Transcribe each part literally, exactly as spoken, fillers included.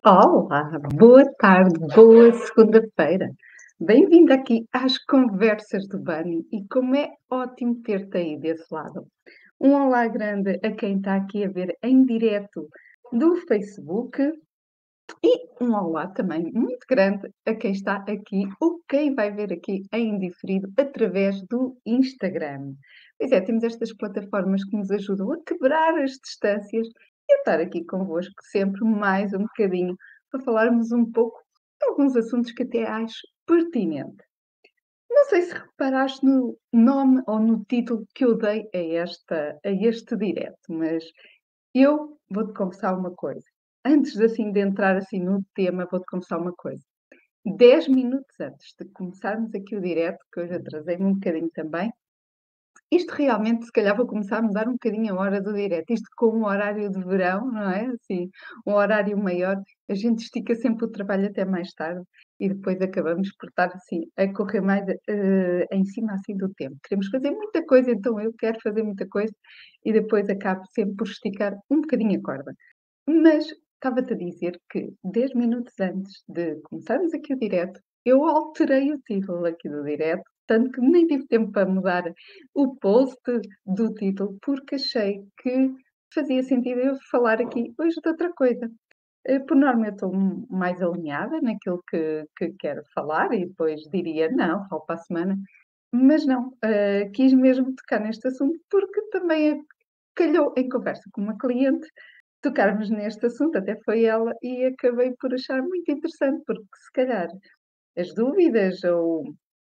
Olá, boa tarde, boa segunda-feira. Bem-vindo aqui às Conversas do Bani e como é ótimo ter-te aí desse lado. Um olá grande a quem está aqui a ver em direto do Facebook e um olá também muito grande a quem está aqui ou quem vai ver aqui em diferido através do Instagram. Pois é, temos estas plataformas que nos ajudam a quebrar as distâncias e a estar aqui convosco sempre mais um bocadinho para falarmos um pouco de alguns assuntos que até acho pertinente. Não sei se reparaste no nome ou no título que eu dei a, esta, a este direto, mas eu vou-te confessar uma coisa. Antes de, assim, de entrar assim no tema, vou-te confessar uma coisa. Dez minutos antes de começarmos aqui o direto, que hoje atrasei-me um bocadinho também, isto realmente, se calhar, vou começar a mudar um bocadinho a hora do direto. Isto com um horário de verão, não é? Assim, um horário maior, a gente estica sempre o trabalho até mais tarde e depois acabamos por estar assim a correr mais eh, em cima assim do tempo. Queremos fazer muita coisa, então eu quero fazer muita coisa e depois acabo sempre por esticar um bocadinho a corda. Mas estava-te a dizer que dez minutos antes de começarmos aqui o direto, eu alterei o título aqui do direto, tanto que nem tive tempo para mudar o post do título, porque achei que fazia sentido eu falar aqui hoje de outra coisa. Eh, Por norma, eu estou m- mais alinhada naquilo que, que quero falar e depois diria, não, falo para a semana, mas não, eh, quis mesmo tocar neste assunto porque também calhou em conversa com uma cliente tocarmos neste assunto, até foi ela, e acabei por achar muito interessante, porque se calhar as dúvidas ou,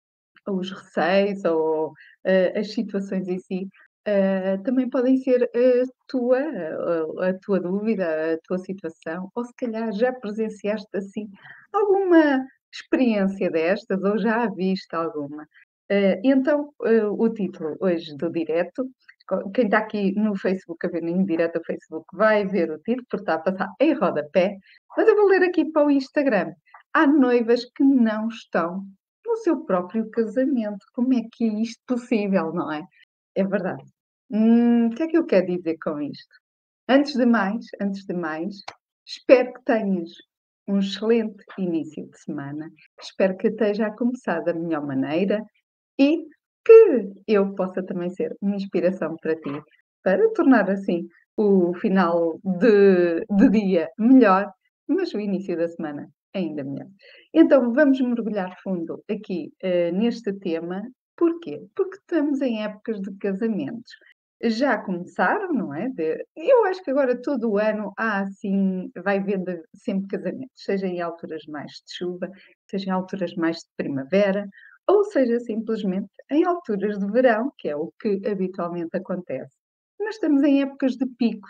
ou os receios ou eh, as situações em si eh, também podem ser a tua, a, a tua dúvida, a tua situação, ou se calhar já presenciaste assim alguma experiência destas ou já a viste alguma. Eh, então, eh, o título hoje do direto, co- quem está aqui no Facebook a ver em direto ao Facebook vai ver o título, porque está a passar em rodapé, mas eu vou ler aqui para o Instagram. Há noivas que não estão no seu próprio casamento. Como é que é isto possível, não é? É verdade. Hum, o que é que eu quero dizer com isto? Antes de mais, antes de mais, espero que tenhas um excelente início de semana. Espero que esteja a começar da melhor maneira e que eu possa também ser uma inspiração para ti, para tornar assim o final de, de dia melhor, mas o início da semana ainda melhor. Então vamos mergulhar fundo aqui eh, neste tema. Porquê? Porque estamos em épocas de casamentos. Já começaram, não é? De- eu acho que agora todo o ano há assim, vai vendo sempre casamentos, seja em alturas mais de chuva, seja em alturas mais de primavera, ou seja, simplesmente em alturas de verão, que é o que habitualmente acontece. Mas estamos em épocas de picos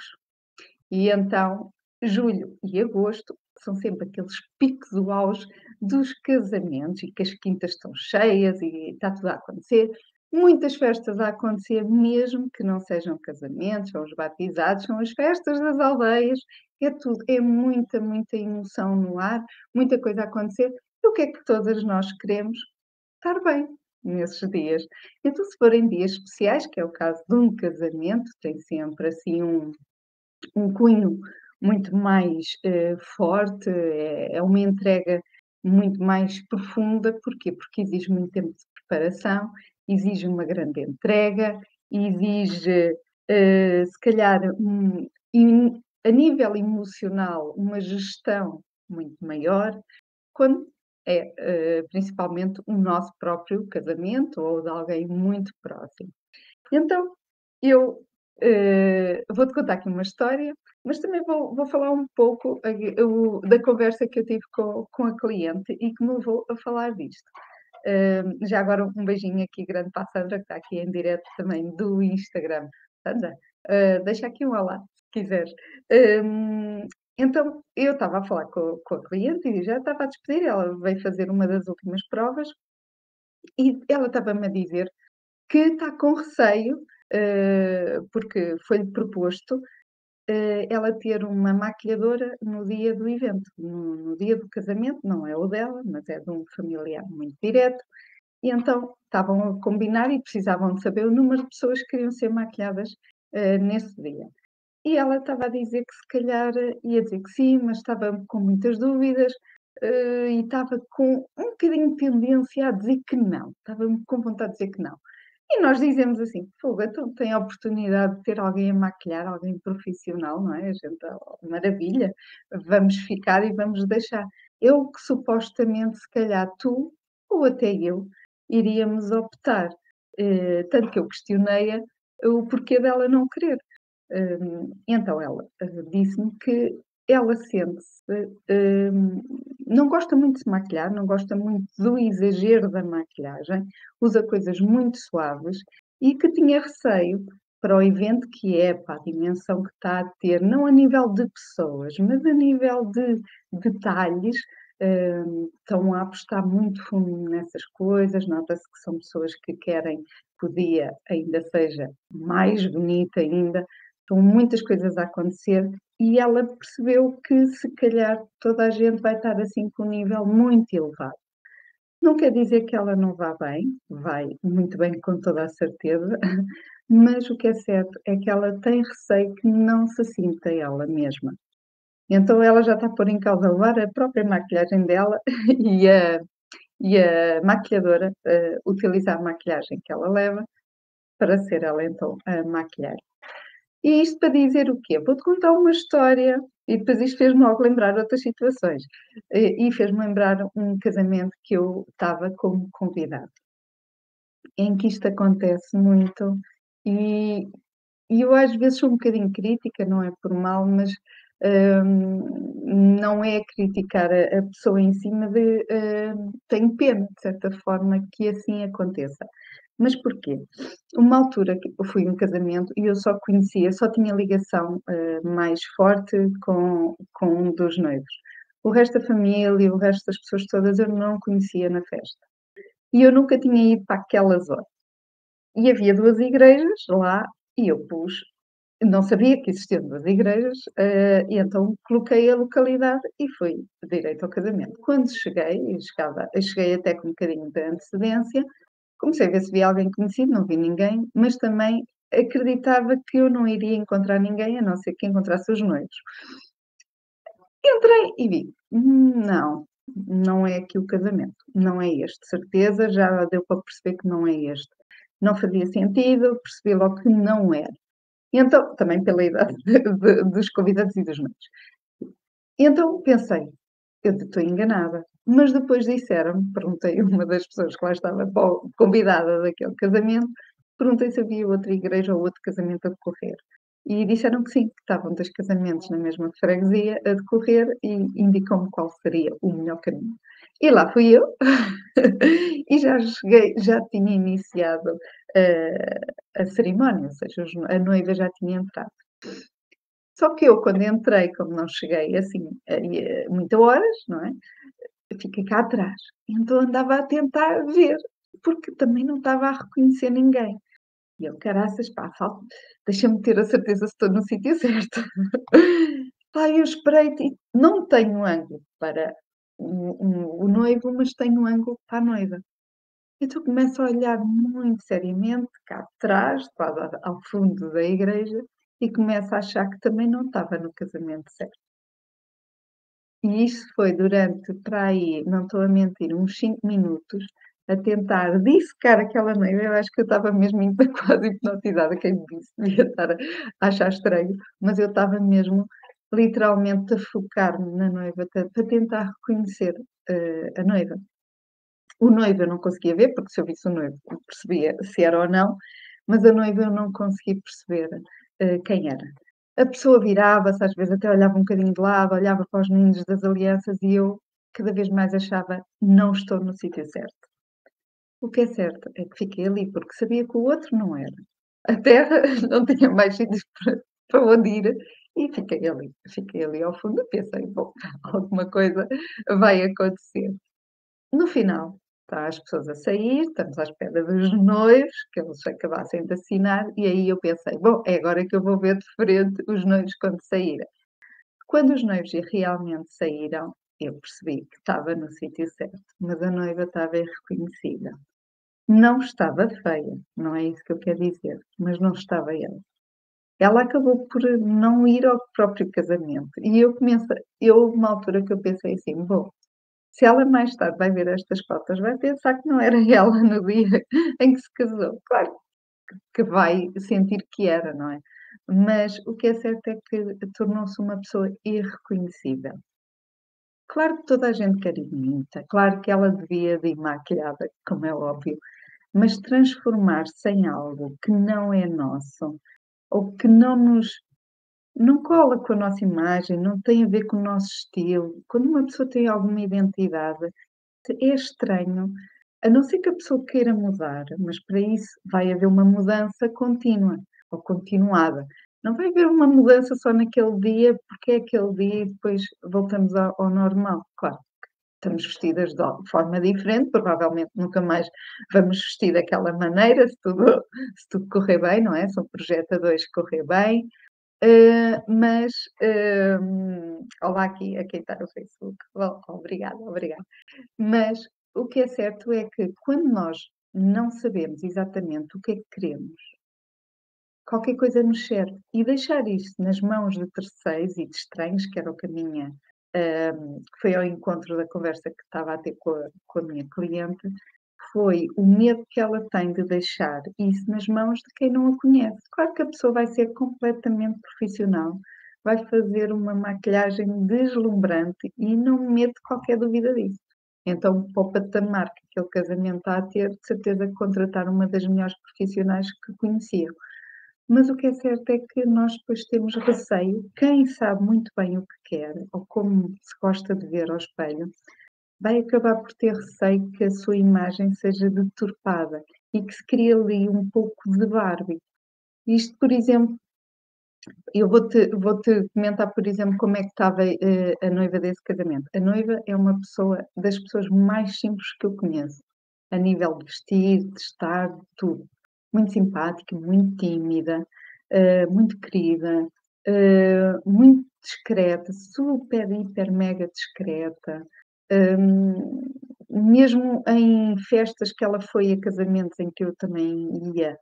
e então julho e agosto são sempre aqueles picos do auge dos casamentos e que as quintas estão cheias e está tudo a acontecer. Muitas festas a acontecer, mesmo que não sejam casamentos, são os batizados, são as festas das aldeias, é tudo, é muita, muita emoção no ar, muita coisa a acontecer. E o que é que todas nós queremos? Estar bem nesses dias. Então, se forem dias especiais, que é o caso de um casamento, tem sempre assim um, um cunho muito mais eh, forte, é, é uma entrega muito mais profunda. Porquê? Porque exige muito tempo de preparação, exige uma grande entrega, exige, eh, se calhar, um, em- a nível emocional, uma gestão muito maior, quando é, eh, principalmente o nosso próprio casamento ou de alguém muito próximo. Então, eu, eh, vou-te contar aqui uma história, mas também vou vou falar um pouco ag o da conversa que eu tive com com a cliente e que me levou a falar disto. Hum, já agora um beijinho aqui grande para a Sandra, que está aqui em direto também do Instagram. Sandra, hã, deixa aqui um olá, se quiseres. Hum, então, eu estava a falar co com a cliente e já estava a despedir, ela veio fazer uma das últimas provas e ela estava-me a dizer que está com receio, eh, porque foi-lhe proposto, eh, ela ter uma maquilhadora no dia do evento, no no dia do casamento, não é o dela, mas é de um familiar muito direto, e então estavam a combinar e precisavam de saber o número de pessoas que queriam ser maquilhadas, eh, nesse dia. E ela estava a dizer que se calhar ia dizer que sim, mas estava com muitas dúvidas, eh, e estava com um bocadinho de tendência a dizer que não, estava com vontade de dizer que não. E nós dizemos assim: "Fogo, então tem a oportunidade de ter alguém a maquilhar, alguém profissional, não é?" A gente: "Oh, maravilha, vamos ficar e vamos deixar." Eu que supostamente, se calhar tu ou até eu iríamos optar, eh, tanto que eu questionei-a o porquê dela não querer. Hum, então ela, eh, disse-me que ela sente-se, hum, não gosta muito de se maquilhar, não gosta muito do exagero da maquilhagem, usa coisas muito suaves e que tinha receio para o evento que é, para a dimensão que está a ter, não a nível de pessoas, mas a nível de detalhes, hum, estão a apostar muito fundo nessas coisas, nota-se que são pessoas que querem que o dia ainda seja mais bonito ainda. Estão muitas coisas a acontecer e ela percebeu que se calhar toda a gente vai estar assim com um nível muito elevado. Não quer dizer que ela não vá bem, vai muito bem com toda a certeza, mas o que é certo é que ela tem receio que não se sinta ela mesma. Então ela já está a pôr em causa levar a própria maquilhagem dela e a, e a maquilhadora eh, utiliza a maquilhagem que ela leva para ser ela então a maquilhar. E isto para dizer o quê? Vou-te contar uma história e depois isto fez-me logo lembrar outras situações. E e fez-me lembrar um casamento que eu estava como convidada, em que isto acontece muito e e eu às vezes sou um bocadinho crítica, não é por mal, mas, hum, não é criticar a a pessoa em si, mas, eh, hum, tenho pena, de certa forma, que assim aconteça. Mas porquê? Uma altura que eu fui a um casamento e eu só conhecia, só tinha ligação, eh, mais forte com com um dos noivos. O resto da família, o resto das pessoas todas eu não conhecia na festa. E eu nunca tinha ido para aquela zona. E havia duas igrejas lá e eu pus não sabia que existiam duas igrejas, eh, e então coloquei a localidade e fui direito ao casamento. Quando cheguei, e chegava eu cheguei até com um bocadinho de antecedência, comecei a ver se via alguém conhecido, não vi ninguém, mas também acreditava que eu não iria encontrar ninguém, a não ser que encontrasse os noivos. Entrei e vi, hum, não, não é aqui o casamento, não é este, de certeza, já deu para perceber que não é este. Não fazia sentido, percebi logo que não era. E então, também pela idade de de dos convidados e dos noivos. E então pensei: "Eu estou enganada", mas depois disseram-me, perguntei a uma das pessoas que lá estava para o convidada daquele casamento, perguntei se havia outra igreja ou outro casamento a decorrer. E disseram que sim, que estavam dois casamentos na mesma freguesia a decorrer e indicou-me qual seria o melhor caminho. E lá fui eu, e já cheguei já tinha iniciado, eh, a cerimónia, ou seja, os a noiva já tinha entrado. Só que eu quando entrei, como não cheguei assim, aí, eh, muito horas, não é, eu fiquei cá atrás. Então andava a tentar ver, porque também não estava a reconhecer ninguém. E eu: "Caraças, pá, fal deixa-me ter a certeza se estou no sítio certo." Pá, eu esperei e não tenho ângulo para o o o noivo, mas tenho ângulo para a noiva. Então começo a olhar muito seriamente cá atrás, quase ao ao fundo da igreja, e começo a achar que também não estava no casamento certo. E isto foi durante, para aí, não estou a mentir, uns cinco minutos, a tentar dissecar aquela noiva. Eu acho que eu estava mesmo hip quase hipnotizada, quem me disse devia estar a achar estranho, mas eu estava mesmo literalmente a focar-me na noiva, ta para tentar reconhecer, eh, a noiva. O noivo eu não conseguia ver, porque se eu visse o noivo eu percebia se era ou não, mas a noiva eu não consegui perceber, eh, quem era. A pessoa virava-se, às vezes até olhava um bocadinho de lado, olhava para os meninos das alianças e eu cada vez mais achava: "Não estou no sítio certo." O que é certo é que fiquei ali, porque sabia que o outro não era. A terra não tinha mais sítios para para onde ir e fiquei ali. Fiquei ali ao fundo e pensei: "Bom, alguma coisa vai acontecer." No final, está as pessoas a sair, estamos à espera dos noivos, que eles acabassem de assinar, e aí eu pensei: "Bom, é agora que eu vou ver de frente os noivos quando saírem." Quando os noivos realmente saíram, eu percebi que estava no sítio certo, mas a noiva estava irreconhecível. Não estava feia, não é isso que eu quero dizer, mas não estava ela. ela acabou por não ir ao próprio casamento. E eu começo eu houve uma altura que eu pensei assim: "Bom, se ela mais tarde vai ver estas fotos, vai pensar que não era ela no dia em que se casou". Claro que vai sentir que era, não é? Mas o que é certo é que tornou-se uma pessoa irreconhecível. Claro que toda a gente quer ir bonita, claro que ela devia de ir maquilhada, como é óbvio, mas transformar-se em algo que não é nosso, ou que não nos não cola com a nossa imagem, não tem a ver com o nosso estilo. Quando uma pessoa tem alguma identidade, é estranho, a não ser que a pessoa queira mudar, mas para isso vai haver uma mudança contínua ou continuada. Não vai haver uma mudança só naquele dia, porque é aquele dia e depois voltamos ao, ao normal. Claro, estamos vestidas de forma diferente, provavelmente nunca mais vamos vestir daquela maneira, se tudo, se tudo correr bem, não é? São projetadores que correr bem. Uh, mas, hum, olá aqui a quem está no Facebook. Bom, obrigada, obrigada. Mas o que é certo é que quando nós não sabemos exatamente o que é que queremos, qualquer coisa nos serve. E deixar isto nas mãos de terceiros e de estranhos, que era o que a minha, hum, que foi ao encontro da conversa que estava a ter com a, com a minha cliente, foi o medo que ela tem de deixar isso nas mãos de quem não a conhece. Claro que a pessoa vai ser completamente profissional, vai fazer uma maquilhagem deslumbrante e não me meto qualquer dúvida disso. Então, para o patamar que aquele casamento está a ter, de certeza que contratar uma das melhores profissionais que conheciam. Mas o que é certo é que nós depois temos receio, quem sabe muito bem o que quer, ou como se gosta de ver ao espelho, vai acabar por ter receio que a sua imagem seja deturpada e que se crie ali um pouco de Barbie. Isto, por exemplo, eu vou-te vou-te comentar, por exemplo, como é que estava, eh, a noiva desse casamento. A noiva é uma pessoa das pessoas mais simples que eu conheço, a nível de vestir, de estar, de tudo. Muito simpática, muito tímida, eh, muito querida, eh, muito discreta, super, hiper, mega discreta. Hum, mesmo em festas que ela foi a casamentos em que eu também ia,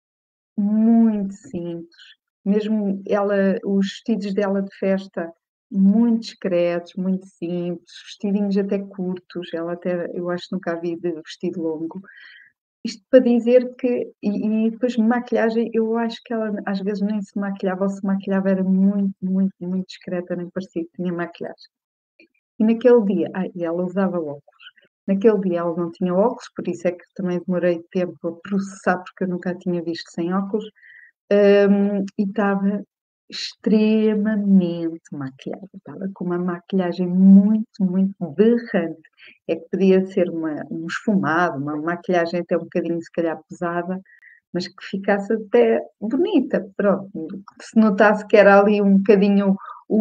muito simples, mesmo ela os vestidos dela de festa muito discretos, muito simples, vestidinhos até curtos, ela até eu acho que nunca a vi de vestido longo. Isto para dizer que e e depois maquilhagem, eu acho que ela às vezes nem se maquilhava ou se maquilhava era muito, muito, muito discreta, nem parecia que tinha maquilhagem. E naquele dia ai, e ela usava óculos. Naquele dia ela não tinha óculos, por isso é que também demorei tempo a processar, porque eu nunca a tinha visto sem óculos. Hum, e estava extremamente maquilhada, estava com uma maquilhagem muito, muito berrante. É que podia ser uma um esfumado, uma maquilhagem até um bocadinho se calhar pesada, mas que ficasse até bonita, pronto, que se notasse que era ali um bocadinho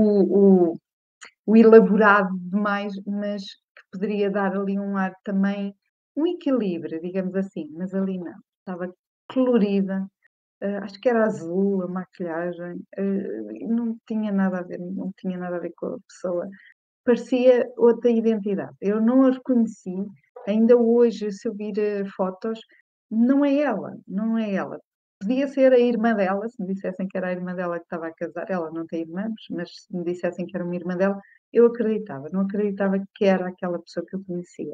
o o o elaborado demais, mas que poderia dar ali um ar também um equilíbrio, digamos assim, mas ali não, estava colorida. Hã, acho que era azul a maquilhagem, hã, e não tinha nada a ver, não tinha nada a ver com a pessoa. Parecia outra identidade. Eu não a reconheci, ainda hoje, se eu vir, eh, fotos, não é ela, não é ela. Podia ser a irmã dela, se me dissessem que era a irmã dela que estava a casar, ela não tem irmãos, mas se me dissessem que era uma irmã dela, eu acreditava, não acreditava que era aquela pessoa que eu conhecia.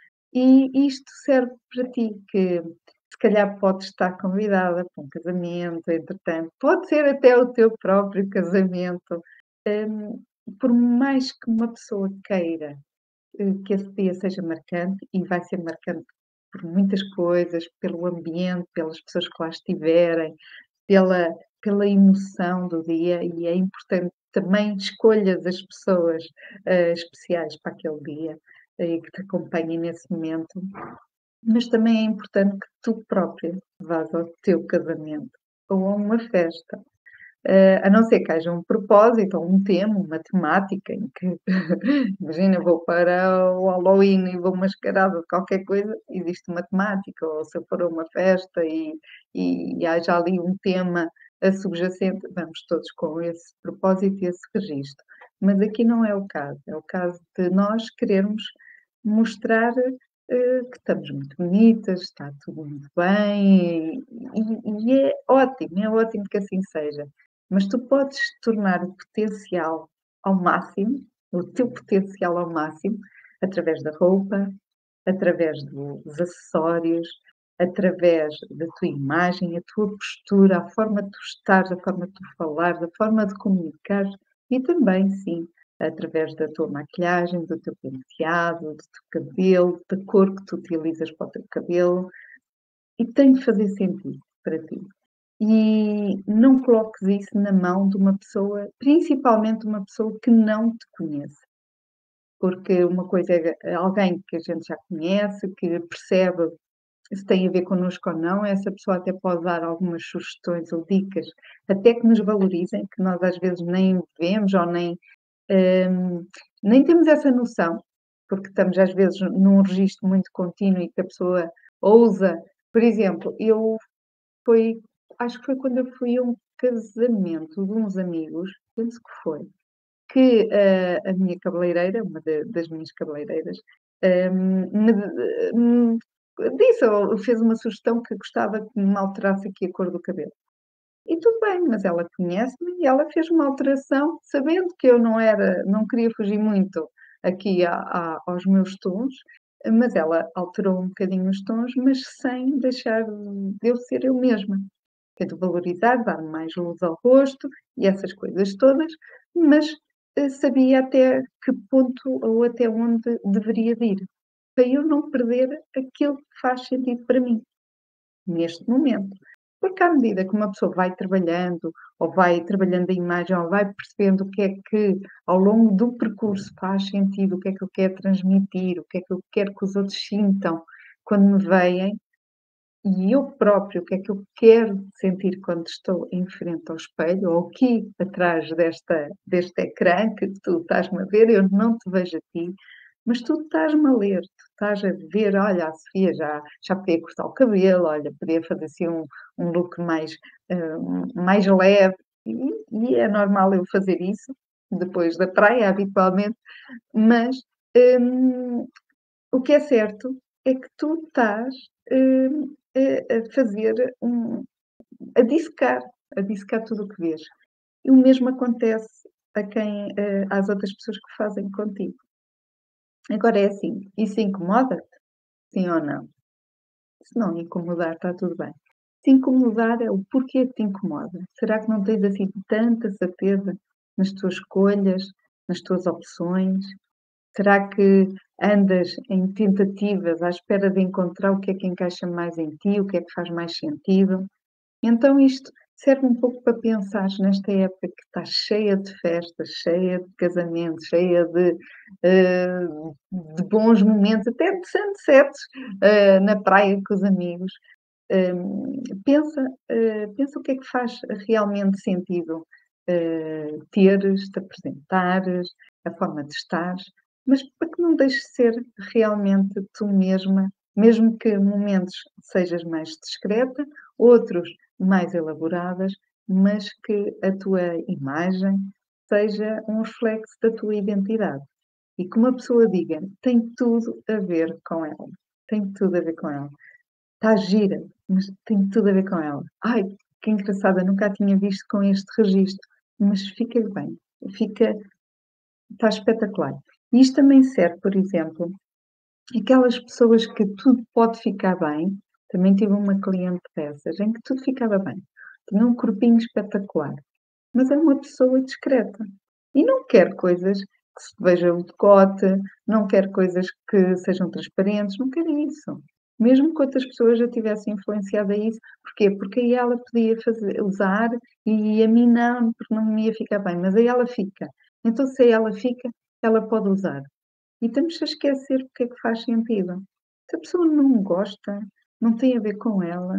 E isto serve para ti, que se calhar podes estar convidada para um casamento, entretanto, pode ser até o teu próprio casamento. Hum, por mais que uma pessoa queira, eh, que esse dia seja marcante, e vai ser marcante por muitas coisas, pelo ambiente, pelas pessoas que lá estiverem, pela pela emoção do dia, e é importante também escolhas as pessoas, eh, especiais para aquele dia, eh, que te acompanhem nesse momento, mas também é importante que tu própria vás ao teu casamento ou a uma festa, eh, a não ser que haja um propósito ou um tema, uma temática em que imagina, vou para o Halloween e vou mascarada de qualquer coisa, existe uma temática, ou se eu for a uma festa e e haja ali um tema, eh, subjacente, vamos todos com esse propósito e esse registro. Mas aqui não é o caso, é o caso de nós querermos mostrar eh, que estamos muito bonitas, está tudo muito bem e e é ótimo, é ótimo que assim seja. Mas tu podes tornar o potencial ao máximo, o teu potencial ao máximo, através da roupa, através do dos acessórios, através da tua imagem, a tua postura, a forma de tu estares, a forma de tu falares, a forma de comunicares e também, sim, através da tua maquilhagem, do teu penteado, do teu cabelo, da cor que tu utilizas para o teu cabelo e tem de fazer sentido para ti. E não coloques isso na mão de uma pessoa, principalmente uma pessoa que não te conhece. Porque uma coisa é alguém que a gente já conhece, que percebe se tem a ver connosco ou não, essa pessoa até pode dar algumas sugestões ou dicas, até que nos valorizem, que nós às vezes nem vemos ou nem, hum, nem temos essa noção, porque estamos às vezes num registro muito contínuo e que a pessoa ousa. Por exemplo, eu foi, acho que foi quando eu fui a um casamento de uns amigos, penso que foi, que a a minha cabeleireira, uma da das minhas cabeleireiras, hum, me hum, disse ou fez uma sugestão que gostava que me alterasse aqui a cor do cabelo. E tudo bem, mas ela conhece-me e ela fez uma alteração, sabendo que eu não era não queria fugir muito aqui a a aos meus tons, mas ela alterou um bocadinho os tons, mas sem deixar de eu ser eu mesma. Que é de valorizar, dar mais luz ao rosto e essas coisas todas, mas, eh, sabia até que ponto ou até onde deveria de ir, para eu não perder aquilo que faz sentido para mim, neste momento. Porque à medida que uma pessoa vai trabalhando, ou vai trabalhando a imagem, ou vai percebendo o que é que ao longo do percurso faz sentido, o que é que eu quero transmitir, o que é que eu quero que os outros sintam quando me veem, e eu próprio, o que é que eu quero sentir quando estou em frente ao espelho ou aqui atrás desta deste ecrã que tu estás-me a ver, eu não te vejo a ti, mas tu estás-me a ler, tu estás a ver: "Olha, a Sofia já já podia cortar o cabelo, olha, podia fazer assim um um look mais, hã, mais leve", e e é normal eu fazer isso, depois da praia habitualmente, mas, hum, o que é certo é que tu estás, hum, a a fazer um a dissecar, a dissecar tudo o que vês. E o mesmo acontece a quem, eh, às outras pessoas que fazem contigo. Agora é assim, isso incomoda-te? Sim ou não? Se não incomodar, está tudo bem. Se incomodar é o porquê te incomoda. Será que não tens assim tanta certeza nas tuas escolhas, nas tuas opções? Será que andas em tentativas à espera de encontrar o que é que encaixa mais em ti, o que é que faz mais sentido? Então isto serve um pouco para pensares nesta época que está cheia de festas, cheia de casamentos, cheia de, eh, de bons momentos, até de sunsets, eh, na praia com os amigos. Hum, pensa, eh, pensa o que é que faz realmente sentido, eh, teres, te apresentares, a forma de estares, mas para que não deixes de ser realmente tu mesma, mesmo que momentos sejas mais discreta, outros mais elaboradas, mas que a tua imagem seja um reflexo da tua identidade. E que uma pessoa diga: "Tem tudo a ver com ela, tem tudo a ver com ela". Está gira, mas tem tudo a ver com ela. Ai, que engraçada, nunca a tinha visto com este registro, mas fica bem, fica está espetacular. E isto também serve, por exemplo, aquelas pessoas que tudo pode ficar bem. Também tive uma cliente dessas, em que tudo ficava bem. Tinha um corpinho espetacular, mas é uma pessoa discreta e não quer coisas que se veja o decote, não quer coisas que sejam transparentes, não quer isso. Mesmo que outras pessoas a tivessem influenciado a isso, porquê? Porque aí ela podia fazer usar e a mim não, porque não me ia ficar bem, mas aí ela fica. Então se aí ela fica, ela pode usar. E estamos a esquecer o que é que faz sentido. Se a pessoa não gosta, não tem a ver com ela,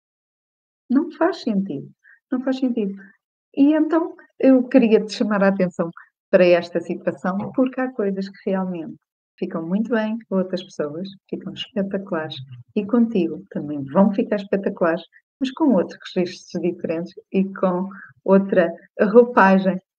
não faz sentido, não faz sentido. E então eu queria te chamar a atenção para esta situação, porque há coisas que realmente ficam muito bem com outras pessoas, ficam espetaculares e contigo também vão ficar espetaculares, mas com outros registros diferentes e com outra roupagem.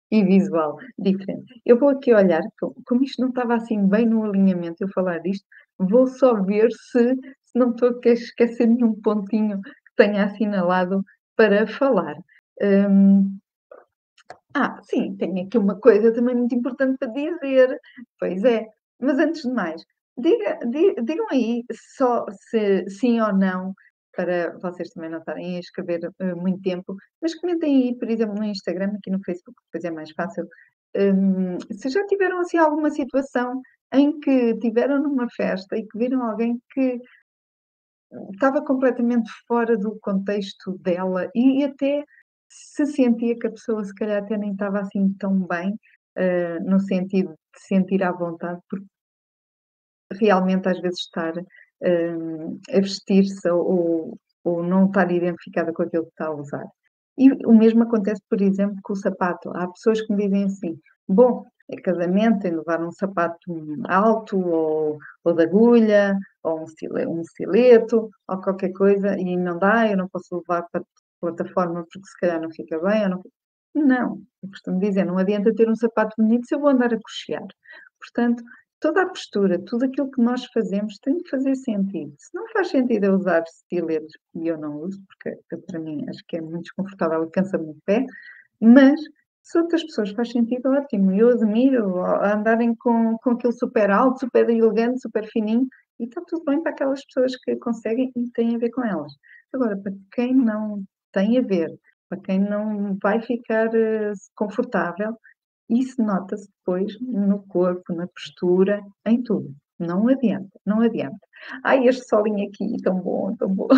e visual diferente. Eu vou aqui olhar, co como isto não estava assim bem no alinhamento eu falar disto, vou só ver se se não estou a esquecer nenhum pontinho que tenha assinalado para falar. Hum, ah, sim, tenho aqui uma coisa também muito importante para dizer. Pois é, mas antes de mais, diga di digam aí só se sim ou não, para vocês também não estarem a escrever, eh, muito tempo, mas comentem aí, por exemplo, no Instagram, aqui no Facebook, depois é mais fácil, hum, se já tiveram, assim, alguma situação em que estiveram numa festa e que viram alguém que estava completamente fora do contexto dela e até se sentia que a pessoa se calhar até nem estava assim tão bem, eh, no sentido de se sentir à vontade, porque realmente às vezes estar, hum, a vestir-se ou ou não estar identificada com aquilo que está a usar. E o mesmo acontece, por exemplo, com o sapato. Há pessoas que me dizem assim: "Bom, é casamento, tem de levar um sapato alto ou ou de agulha, ou um stile um stiletto, ou qualquer coisa, e não dá, eu não posso levar para plataforma porque se calhar não fica bem ou não". Não, eu costumo dizer: "Não adianta ter um sapato bonito se eu vou andar a coxear". Portanto, toda a postura, tudo aquilo que nós fazemos tem de fazer sentido. Se não faz sentido eu usar estiletos, e eu não uso, porque eu, para mim acho que é muito desconfortável e cansa-me o pé, mas se outras pessoas faz sentido, ótimo. Eu admiro a andarem com, com aquilo super alto, super elegante, super fininho, e está tudo bem para aquelas pessoas que conseguem e têm a ver com elas. Agora, para quem não tem a ver, para quem não vai ficar eh, confortável, isso nota-se depois no corpo, na postura, em tudo. Não adianta, não adianta. "Ai, este solinho aqui, tão bom, tão bom".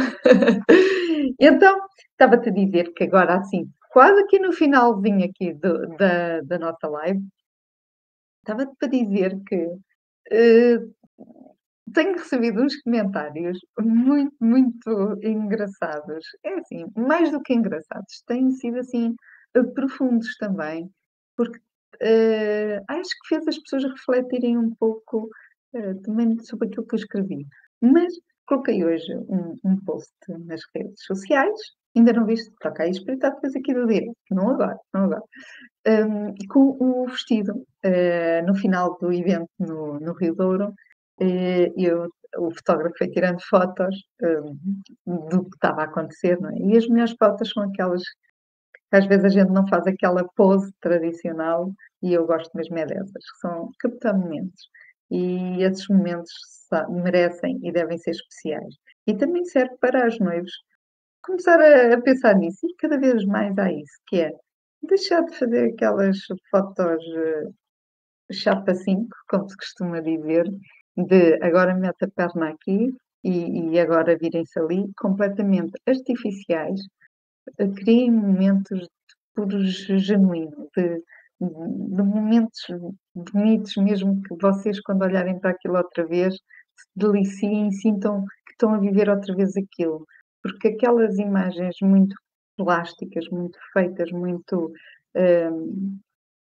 Então, estava-te a dizer que agora, assim, quase aqui no finalzinho aqui do da da nossa live, estava-te para dizer que, eh, tenho recebido uns comentários muito, muito engraçados. É assim, mais do que engraçados, têm sido assim, eh, profundos também, porque, eh, acho que fez as pessoas refletirem um pouco, eh, também sobre aquilo que eu escrevi. Mas coloquei hoje um um post nas redes sociais, ainda não viste? Toca aí espreitar depois aqui do direto, não agora, não agora. Hum, com o vestido, eh, no final do evento no no Rio Douro, eh, eu o fotógrafo foi tirando fotos, hum, do que estava a acontecer, não é? E as melhores fotos são aquelas que às vezes a gente não faz aquela pose tradicional e eu gosto mesmo é dessas, que são captar momentos. E esses momentos sa merecem e devem ser especiais. E também serve para os noivos começar a a pensar nisso e cada vez mais há isso, que é deixar de fazer aquelas fotos, eh, chapa cinco, como se costuma dizer, de agora mete a perna aqui e e agora virem-se ali, completamente artificiais, eh, criem momentos de puro ge genuíno, de de momentos bonitos mesmo que vocês quando olharem para aquilo outra vez, se deliciem e sintam que estão a viver outra vez aquilo. Porque aquelas imagens muito plásticas, muito feitas, muito, hum,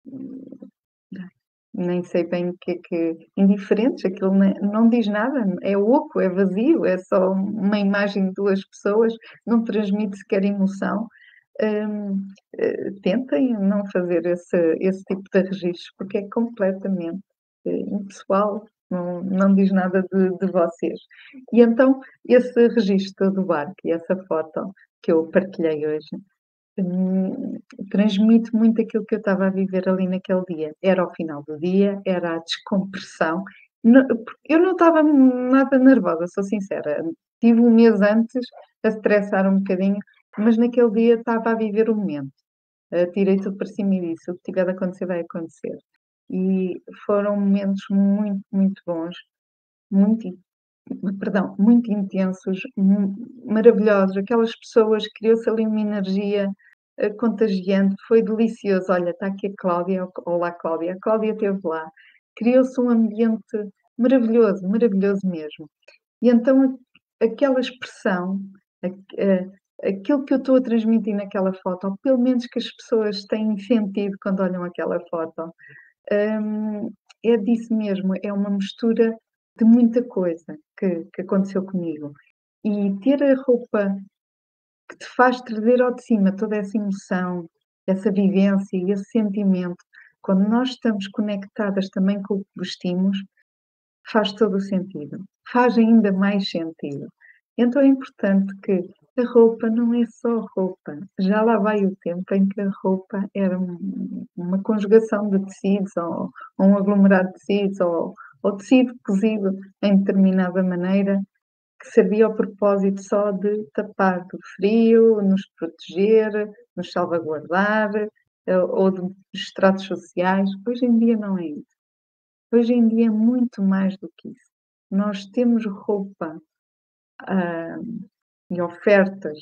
nem sei bem o que é que indiferentes, aquilo nem não diz nada, é oco, é vazio, é só uma imagem de duas pessoas, não transmite sequer emoção. Hum, eh, tentem não fazer esse esse tipo de registros, porque é completamente, eh, impessoal, não não diz nada de de vocês. E então, esse registro do barco e essa foto que eu partilhei hoje, hum, transmite muito aquilo que eu estava a viver ali naquele dia. Era o final do dia, era a descompressão. No eu não estava nada nervosa, sou sincera. Tive um mês antes a estressar um bocadinho, mas naquele dia estava a viver o momento. Atirei tudo para cima e disse: "O que tiver de acontecer, vai acontecer". E foram momentos muito, muito bons, muito in perdão, muito intensos, mu maravilhosos. Aquelas pessoas, criou-se ali uma energia, eh, contagiante, foi delicioso. Olha, está aqui a Cláudia, olá Cláudia, a Cláudia esteve lá. Criou-se um ambiente maravilhoso, maravilhoso mesmo. E então a aquela expressão, a a aquilo que eu estou a transmitir naquela foto, ou pelo menos que as pessoas têm sentido quando olham aquela foto, hum, é disso mesmo, é uma mistura de muita coisa que que aconteceu comigo. E ter a roupa que te faz trazer ao de cima toda essa emoção, essa vivência e esse sentimento, quando nós estamos conectadas também com o que vestimos, faz todo o sentido, faz ainda mais sentido. Então é importante que a roupa não é só roupa. Já lá vai o tempo em que a roupa era um uma conjugação de tecidos ou ou um aglomerado de tecidos ou ou tecido cozido em determinada maneira, que servia ao propósito só de tapar do frio, nos proteger, nos salvaguardar, eh, ou de estratos sociais. Hoje em dia não é isso. Hoje em dia é muito mais do que isso. Nós temos roupa, hã, e ofertas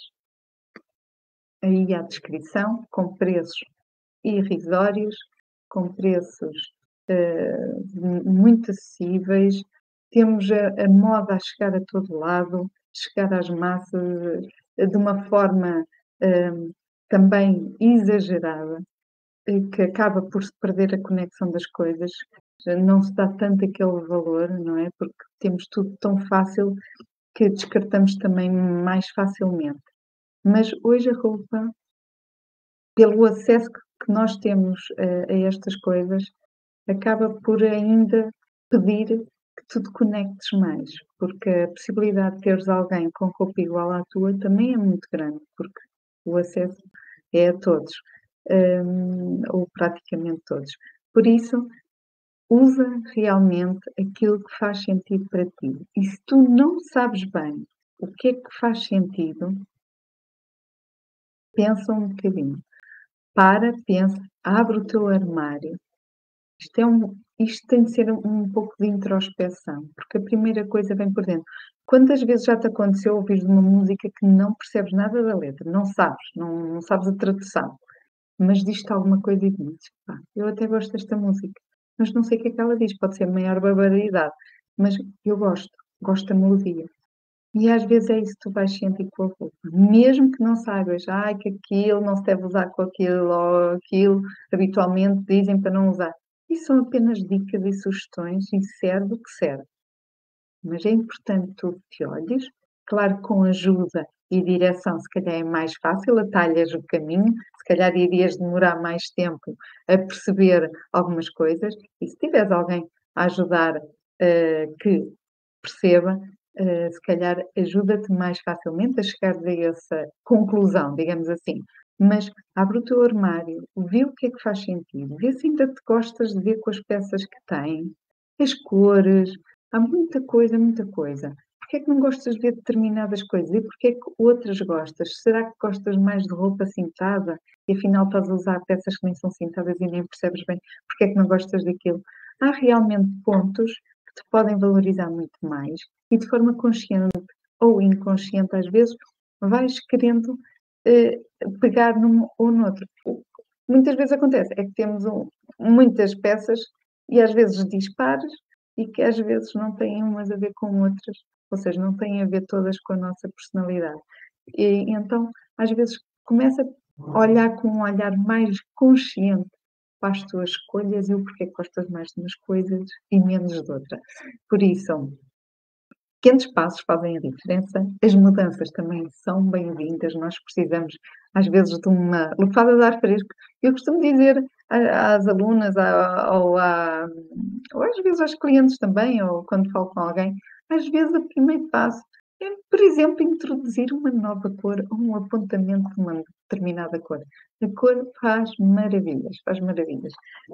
aí à descrição, com preços irrisórios, com preços, eh, mu muito acessíveis. Temos a a moda a chegar a todo lado, chegar às massas, eh, de uma forma, hã, também exagerada, e que acaba por se perder a conexão das coisas. Já não se dá tanto aquele valor, não é, porque temos tudo tão fácil que descartamos também mais facilmente. Mas hoje a roupa, pelo acesso que que nós temos a a estas coisas, acaba por ainda pedir que tu te conectes mais, porque a possibilidade de teres alguém com roupa igual à tua também é muito grande, porque o acesso é a todos, hum, ou praticamente todos. Por isso, usa realmente aquilo que faz sentido para ti. E se tu não sabes bem o que é que faz sentido, pensa um bocadinho. Para, pensa, abre o teu armário. Isto é um isto tem de ser um um pouco de introspeção, porque a primeira coisa vem por dentro. Quantas vezes já te aconteceu ouvires uma música que não percebes nada da letra, não sabes, não não sabes a tradução, mas diz-te alguma coisa e dizes: "Pá, eu até gosto desta música, mas não sei o que é que ela diz", pode ser a maior barbaridade, mas eu gosto, gosto da melodia. E às vezes é isso que tu vais sentir com a roupa, mesmo que não saibas, ai, que aquilo não se deve usar com aquilo ou aquilo habitualmente dizem para não usar. Isso são apenas dicas e sugestões e serve o que serve. Mas é importante tu te olhes, claro, com ajuda e direção, se calhar é mais fácil, atalhas o caminho, se calhar irias demorar mais tempo a perceber algumas coisas, e se tiveres alguém a ajudar, eh, que perceba, eh, se calhar ajuda-te mais facilmente a chegar a essa conclusão, digamos assim. Mas abre o teu armário, vê o que é que faz sentido, vê se ainda te gostas de ver com as peças que tem, as cores, há muita coisa, muita coisa. Porque é que não gostas de ver determinadas coisas e porque é que outras gostas? Será que gostas mais de roupa cintada e afinal estás a usar peças que nem são cintadas e nem percebes bem porque é que não gostas daquilo? Há realmente pontos que te podem valorizar muito mais e de forma consciente ou inconsciente às vezes vais querendo, eh, pegar num ou noutro. O que muitas vezes acontece é que temos um muitas peças e às vezes dispares e que às vezes não têm umas a ver com outras, ou seja, não têm a ver todas com a nossa personalidade. E então, às vezes, começa a olhar com um olhar mais consciente para as tuas escolhas e o porquê que gostas mais de umas coisas e menos de outra. Por isso, pequenos passos fazem a diferença, as mudanças também são bem-vindas, nós precisamos às vezes de uma lufada de ar fresco. Eu costumo dizer a às alunas, a ou a ou às vezes aos clientes também, ou quando falo com alguém, às vezes o primeiro passo é, por exemplo, introduzir uma nova cor ou um apontamento de uma determinada cor. A cor faz maravilhas, faz maravilhas.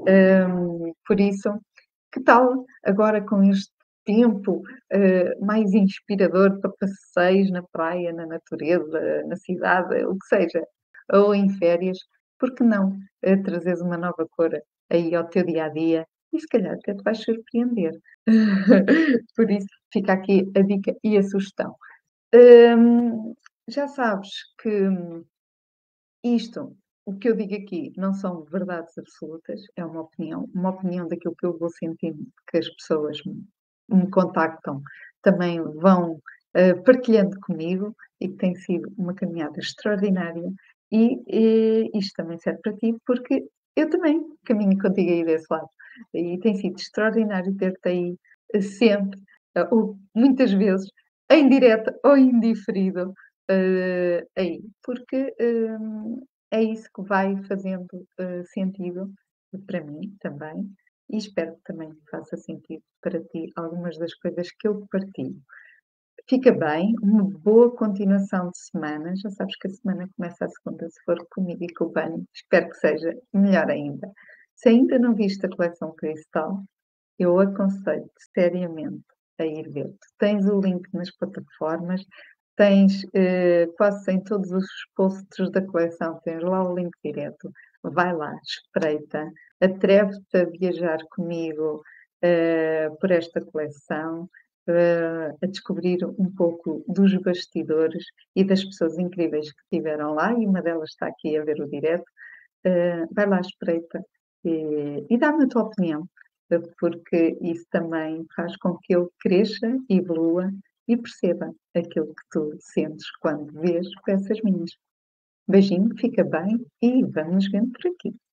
Hum, por isso, que tal agora com este tempo, eh, mais inspirador para passeios na praia, na natureza, na cidade, o que seja, ou em férias, por que não, eh, trazeres uma nova cor aí ao teu dia a dia e se calhar até te vais surpreender. Por isso, fica aqui a dica e a sugestão. Hum, já sabes que isto, o que eu digo aqui, não são verdades absolutas, é uma opinião, uma opinião daquilo que eu vou sentindo que as pessoas me, me contactam, também vão eh, partilhando comigo e que tem sido uma caminhada extraordinária e, e isto também serve para ti porque eu também caminho contigo aí desse lado e tem sido extraordinário ter-te aí eh, sempre, eh, ou muitas vezes, em direto ou em diferido, eh, aí, porque hum, é isso que vai fazendo, eh, sentido para mim também, e espero que também faça sentido para ti algumas das coisas que eu partilho. Fica bem, uma boa continuação de semana. Já sabes que a semana começa a segunda, se for comigo e com o banho. Espero que seja melhor ainda. Se ainda não viste a coleção Cristal, eu aconselho-te seriamente a ir ver. Tu tens o link nas plataformas, tens eh, quase em todos os posts da coleção, tens lá o link direto. Vai lá, espreita, atreve-te a viajar comigo eh, por esta coleção, eh, a descobrir um pouco dos bastidores e das pessoas incríveis que estiveram lá, e uma delas está aqui a ver o direto. Eh, vai lá, espreita e, e dá-me a tua opinião, eh, porque isso também faz com que eu cresça, evolua e perceba aquilo que tu sentes quando vês peças minhas. Beijinho, fica bem e vamos nos vendo por aqui.